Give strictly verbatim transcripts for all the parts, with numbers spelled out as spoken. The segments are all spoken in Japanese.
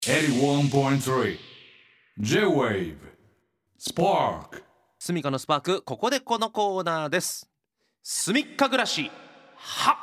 エイティワンポイントスリー J-Wave Spark。 スミカのスパーク、ここでこのコーナーです。スミッカ暮らしは。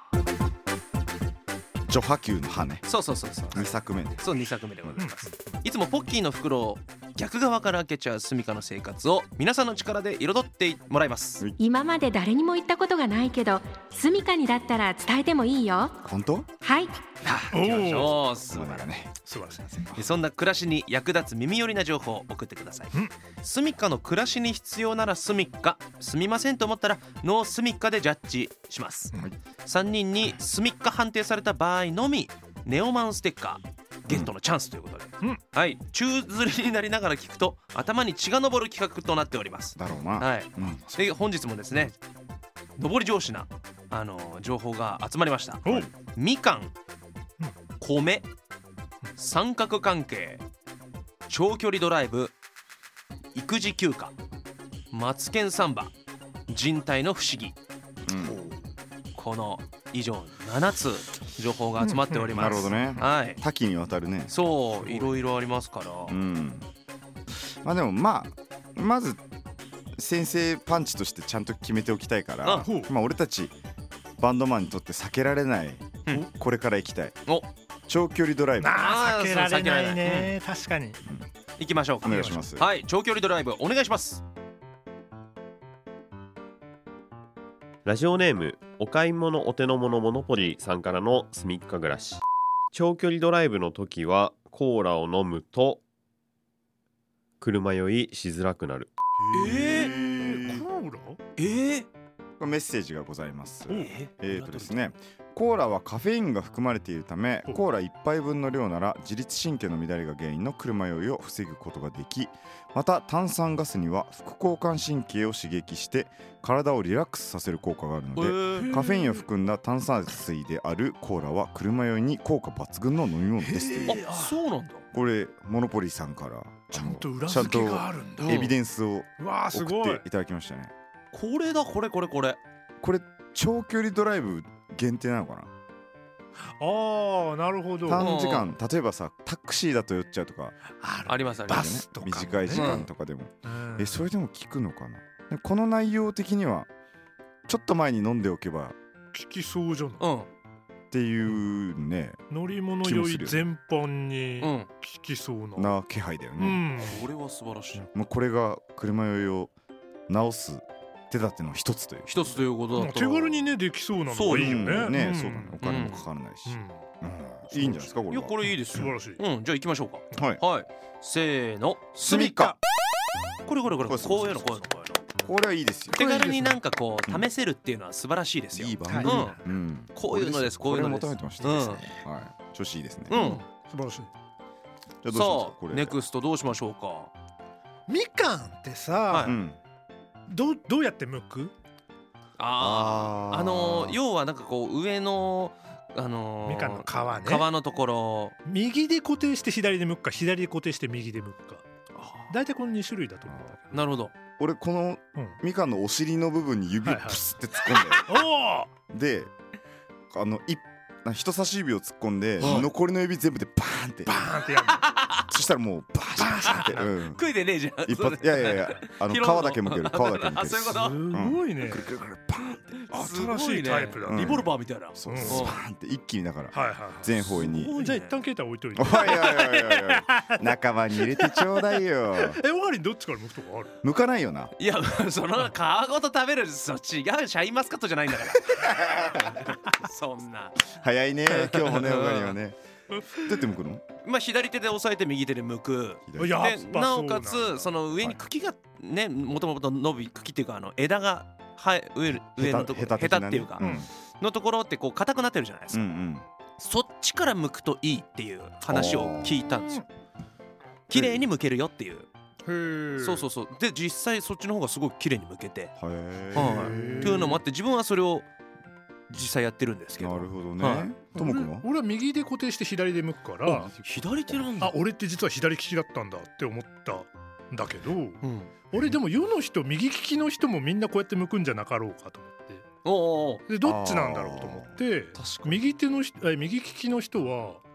序波球の歯ね。 そうそうそうそうにさくめで。 そうにさくめでございます。いつもポッキーの袋を逆側から開けちゃうスミカの生活を皆さんの力で彩ってもらいます。 今まで誰にも言ったことがないけど、スミカにだったら伝えてもいいよ。 本当？ はい。 あ、行きましょう。素そう晴らしいだね。 素晴らしいですね。 そんな暮らしに役立つ耳寄りな情報を送ってください。スミカの暮らしに必要ならスミカ、すみませんと思ったらノースミカでジャッジします。 はい、 さんにんにスミカ判定された場合のみネオマンステッカーゲットのチャンスということで、 うん、 はい、宙吊りになりながら聞くと頭に血が昇る企画となっております。 だろうな。 はい、 うん、 で本日もですね、上り調子なあの情報が集まりました。みかん、米、三角関係、長距離ドライブ、育児休暇、マツケンサンバ、人体の不思議、 うん、 この以上ななつ情報が集まっております。 なるほどね。 はい、 多岐にわたるね。 そう、いろいろありますから。 うん。まあでもまあまず先生パンチとしてちゃんと決めておきたいから、 あまあ俺たちバンドマンにとって避けられない、 うん、 これから行きたいお長距離ドライブ。 ああ、避けられないね、 うん、 確かに。 行きましょうか。 お願いします。 はい、長距離ドライブお願いします。 ラジオネームお買い物お手の物モノポリーさんからのスミッカ暮らし。長距離ドライブの時はコーラを飲むと車酔いしづらくなる。 えー、コーラ？ えー、 これメッセージがございます。 ええーとですね、コーラはカフェインが含まれているため、コーラいっぱいぶんの量なら自律神経の乱れが原因の車酔いを防ぐことができ、また炭酸ガスには副交感神経を刺激して体をリラックスさせる効果があるので、えー、カフェインを含んだ炭酸水であるコーラは車酔いに効果抜群の飲み物ですという。 あ、そうなんだ。 これモノポリさんからちゃんと裏付けがあるんだ。 エビデンスを送うわーすごいっていただきましたね。 これだ、これこれこれこれ長距離ドライブ限定なのかな。 ああ、なるほど。 短時間、例えばさタクシーだと酔っちゃうとかありますあります、 バスとかもね、 短い時間とかでも、 うん、 えそれでも効くのかな。この内容的にはちょっと前に飲んでおけば効きそうじゃない、 うん、 っていうね、 乗り物酔い全般にうん、 効きそうな、 な気配だようね、 ん、 これは素晴らしい。 もうこれが車酔いを直す手立ての一つという一つということだったら手軽にねできそうなのがいいよね。 うんね、 うん、 そうだね、お金もかからないし、 うんうんいいんじゃないですかこれは。 いや、これいいですよ。 素晴らしい。 うん、じゃあ行きましょうか。 はい、 はい、せーの、 スミカ。 これこれこれ、 これこういうのこういうのこういうのこれはいいですよ。 手軽になんかこう試せるっていうのは素晴らしいですよ。 いい番組、 うん、 うんこういうのです、こういうのです。 これ求めてましたですね、はい、調子いいですね。 うん、 素晴らしい。 じゃあどうしますかさこれ。 あネクストどうしましょうか。 みかんってさ、 はいうんどうどうやって剥く？ ああ、 あーあのー、要はなんかこう上のあのー、 みかんの皮ね。 皮のところ、 右で固定して左で剥くか、左で固定して右で剥くか。大体このに種類だと思うんだけど。 なるほど。 俺このうん、 みかんのお尻の部分に指をプスって突っ込んで、 おお。 であのい人差し指を突っ込んで、 うん残りの指全部でバーンってバーンってやる。 そしたらもうバーンバーンって、うん、 食いでねえじゃん。 一発いやいやいやあの皮拾うのだけ向ける皮だけ向けるあ、そういうこと。 すごいね。 くるくるくるバーンって新しいタイプだうんね。 リボルバーみたいな。 そう、 うんスパーンって一気にだからはいはいはい。 全方位におじゃあ一旦携帯置いといておい。おいおいおいおい仲間に入れてちょうだいよ。 え、おはりどっちから剥くとかある？ 向かないよな。 いや、その皮ごと食べる、そう違う、シャインマスカットじゃないんだからそんな。 早いね今日もねおかにはね。どうやって向くの？ まあ左手で押さえて右手で剥く。 やでっぱなおそうなんだ。 かつその上に茎がね、もともと伸び、茎っていうかあの枝がは上上のところ、ヘタっていうかうんのところってこう硬くなってるじゃないですか。 うんうんそっちから剥くといいっていう話を聞いたんですよ。綺麗に剥けるよっていう。 へえ。 そうそうそう。で実際そっちの方がすごく綺麗に剥けて、 へえはいというのもあって自分はそれを実際やってるんですけど。 なるほどはね。ともくんは？ 俺俺は右で固定して左で剥くから、 左手なんだ。 あ、俺って実は左利きだったんだって思ったんだけど、 うん。 俺でも世の人、右利きの人もみんなこうやって剥くんじゃなかろうかと思って、 おうおう。 でどっちなんだろうと思って、 確かに。 右手の人、え右利きの人は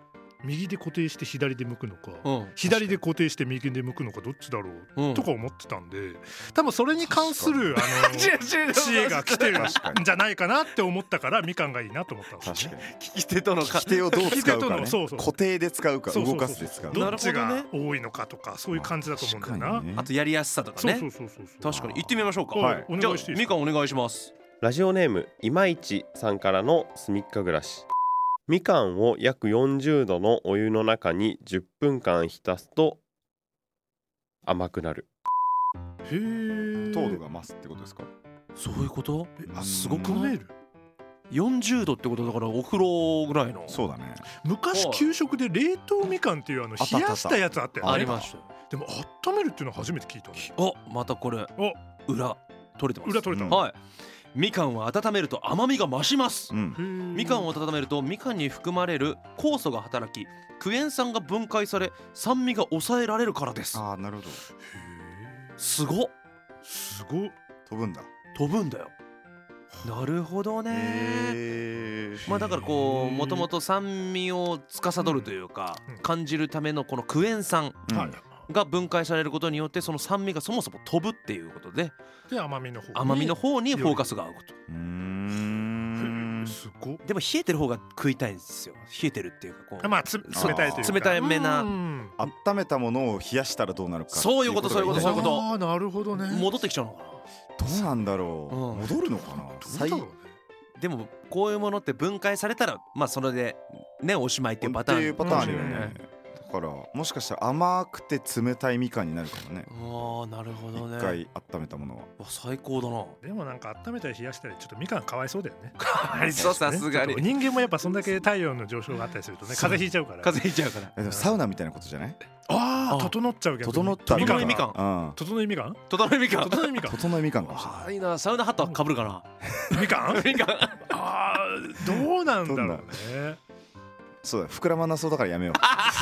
右で固定して左で向くのか、 うん、 左で固定して右で向くのかどっちだろう、 うん、 とか思ってたんで、多分それに関するあの知恵が来てるんじゃないかなって思ったからみかんがいいなと思ったんですよね。 聞き手との利き手をどう使うかね。 そうそう固定で使うかそうそうそう動かすで使うか。 どっちがなるほど多いのかとかそういう感じだと思うんだよな。 確かにねあとやりやすさとかね。 そうそうそうそうそう。 確かに行ってみましょうか。 はいおじゃあ願いしていいですか。 みかんお願いします。 ラジオネームいまいちさんからのすみっか暮らし。みかんを約よんじゅうどのお湯の中にじゅっぷんかん浸すと甘くなる。 へえ。 糖度が増すってことですか。 そういうこと？ あすごくない？ 飲める。 よんじゅうどってことだからお風呂ぐらいの。 そうだね。 昔給食で冷凍みかんっていうあのあった冷やしたやつあったよね。 ありました。 でも温めるっていうのは初めて聞いたね。 お、またこれお、 裏取れてます。 裏取れた。 うんはい。みかんは温めると甘みが増します。 うん。 へーみかんを温めるとみかんに含まれる酵素が働き、クエン酸が分解され酸味が抑えられるからです。 ああなるほど。 へすごっ。 ーすごっ。 飛ぶんだ。 飛ぶんだよ。なるほどね。 へーまあだからこうもともと酸味を司るというか、 うん感じるためのこのクエン酸うんはい。 が分解されることによってその酸味がそもそも飛ぶっていうことでで甘みの方に。 甘みの方にフォーカスが合うこと。 うーへんー。すごっ。 でも冷えてる方が食いたいんですよ。冷えてるっていうかこう、 まあつ冷たいというか。 冷たいめなうん温めたものを冷やしたらどうなるか。 そういうことそういうことそういうことああなるほどね。 戻ってきちゃうのかな。 どうなんだろう。 うん戻るのかな。 どうだろうね。 でもこういうものって分解されたらまあそれでねおしまいっていうパターンっていうパターンあるようんね。だからもしかしたら甘くて冷たいみかんになるかもね。 ああなるほどね。 一回温めたものは。 わ最高だな。 でもなんか温めたり冷やしたりちょっとみかんかわいそうだよね。 ありそうさすがにちょっと人間もやっぱそんだけ体温の上昇があったりするとね風邪ひいちゃうから。 風邪ひいちゃうから。 えでもサウナみたいなことじゃない？ あああ整っちゃうけど。 整ったみかん整いみかんうん。 整いみかん。 整いみかん。 整いみかん。 整いみかんかもしれない。 あーいいなサウナハットはかぶるかな。 みかん。 みかん。 ああどうなんだろうね。 そうだ膨らまなそうだからやめよう。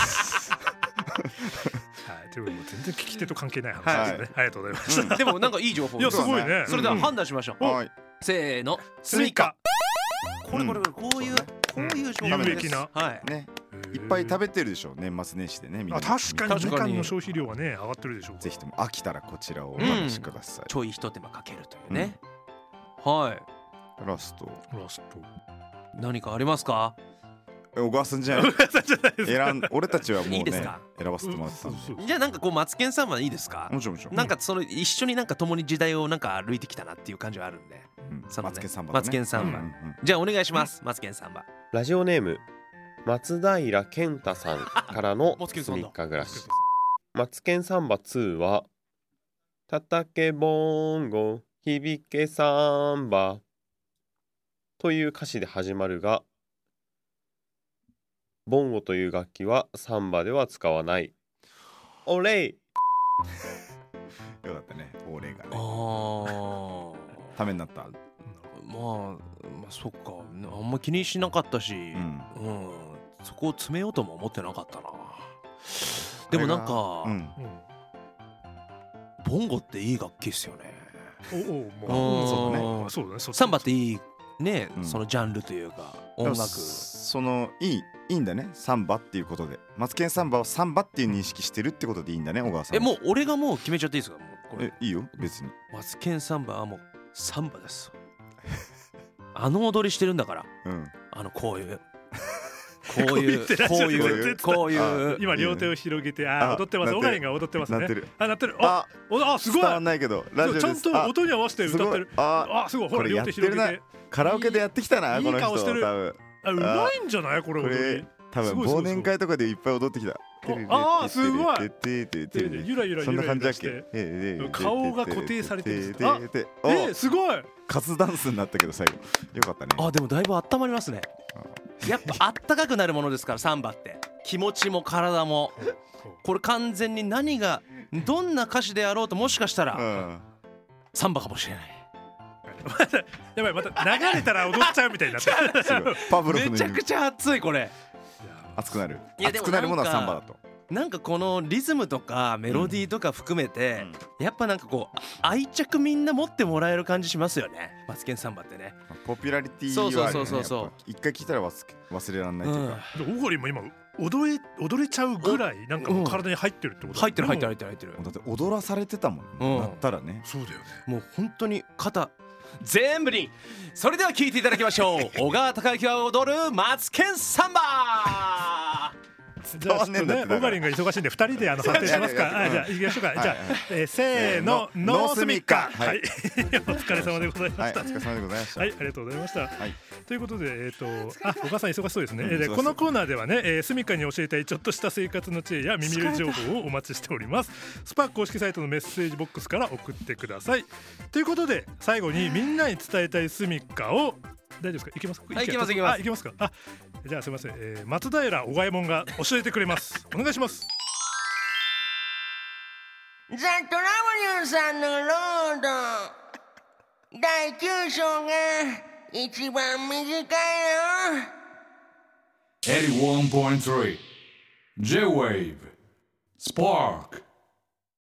はいということで全然聞き手と関係ない話ですね。ありがとうございました。 でもなんかいい情報。 いやすごいね。 それでは判断しましょう。 はい。 せーの。 スミカ。 これこれこれこういうこういう情報です。 有益なはい。 ね。いっぱい食べてるでしょ年末年始でねみんな。 あ確かに確かにみかんの消費量はね上がってるでしょう。 ぜひとも飽きたらこちらをお試しください。 ちょい一手間かけるというね。はい。 ラスト。 ラスト。 何かありますか？ え小川さんじゃない。 じゃないですか。 選ん俺たちはもうねいいですか選ばせてもらってたんで。 そうそうじゃあなんかこうマツケンさんはいいですか？ もちろんもちろん。 なんかその一緒になんか共に時代をなんか歩いてきたなっていう感じはあるんで。 うんそのねマツケンサンバ。 マツケンサンバうんうんうんじゃあお願いします。マツケンさんは。 ラジオネーム松平健太さんからのすマツケンさんだみっか暮らし。マツケンサンバツーは叩けボンゴ響けサンバという歌詞で始まるが、ボンゴという楽器はサンバでは使わない。オレイ。 よかったね。オーレがあね。 あ。 ためになった。 まあ、まあそっかあんま気にしなかったし、 うん。 うんそこを詰めようとも思ってなかったな。でもなんか、 うん。 うんボンゴっていい楽器っすよね。 おおうんまあそうだね。そうだね。 サンバっていいね、 うんそのジャンルというか音楽。 そのいいいいんだね。サンバっていうことで。マツケンサンバをサンバっていう認識してるってことでいいんだね小川さん。 えもう俺がもう決めちゃっていいですか？もうこれえいいよ別に。 マツケンサンバはもうサンバです。あの踊りしてるんだから、 うん。 あのこういうこういうこうこういういうこういう今両手を広げてああ踊ってます。 なってるオガリンが踊ってますね。 なってる。 あなってる。ああおあすごい。 伝わんないけどラジオです。 ちゃんと音に合わせてすごい歌ってる。 ああすごいほらこれ両手やってるな広げて。 カラオケでやってきたないいこの人顔してる多分あうまいんじゃないこれこれ踊り。 多分すごいすごい忘年会とかでいっぱい踊ってきた。 あーすごいててててゆらゆらそんなゆら感じだっけゆらして。 ええ顔が固定されてるんですてあててえーすごい。 カツダンスになったけど最後よかったね。 あでもだいぶ温まりますね。やっぱあったかくなるものですからサンバって気持ちも体もこれ完全に何がどんな歌詞であろうともしかしたらうんサンバかもしれない。 やばいまた流れたら踊っちゃうみたいになってる。 すごいパブロフのようにめちゃくちゃ熱いこれ。 熱くなるいやでも熱くなるものはサンバだと。 なんかこのリズムとかメロディーとか含めて、やっぱなんかこう愛着みんな持ってもらえる感じしますよねマツケンサンバってね。 ポピュラリティそうそうはあるよね。 そうそうそうやっぱ一回聞いたら忘れ忘れられないというか。 オガリンも今踊れ踊れちゃうぐらいなんかもう体に入ってるってことだ、ね、 入ってる入ってる入ってる入ってる。 だって踊らされてたもんね、 うんなったらね。 そうだよね。 もう本当に肩全部に。それでは聴いていただきましょう。小川隆之が踊るマツケンサンバ。 じゃあちょっとねオガリンが忙しいんでふたりであの判定しますか。あじゃあ行きましょうか。じゃあ、えー、せーのノースミッカ。はい、お疲れ様でございました。 はい、お疲れ様でございました。 はい、ありがとうございました。はい、ということでえっ、ー、とあ小川さん忙しそうですね。 うん、 でこのコーナーではね、えー、スミカに教えたいちょっとした生活の知恵や耳寄り情報をお待ちしております。スパーク公式サイトのメッセージボックスから送ってください。ということで最後にみんなに伝えたいスミカを大丈夫ですか。いけますか。 はい、いけますいけます。 あ、いけますか。あ、じゃあすみません、えー、松平小賀右衛門が教えてくれます。お願いします。 ザ・トラブルさんのロードだいきゅう章が一番短いよ。 エイティワンポイントスリー J-Wave Spark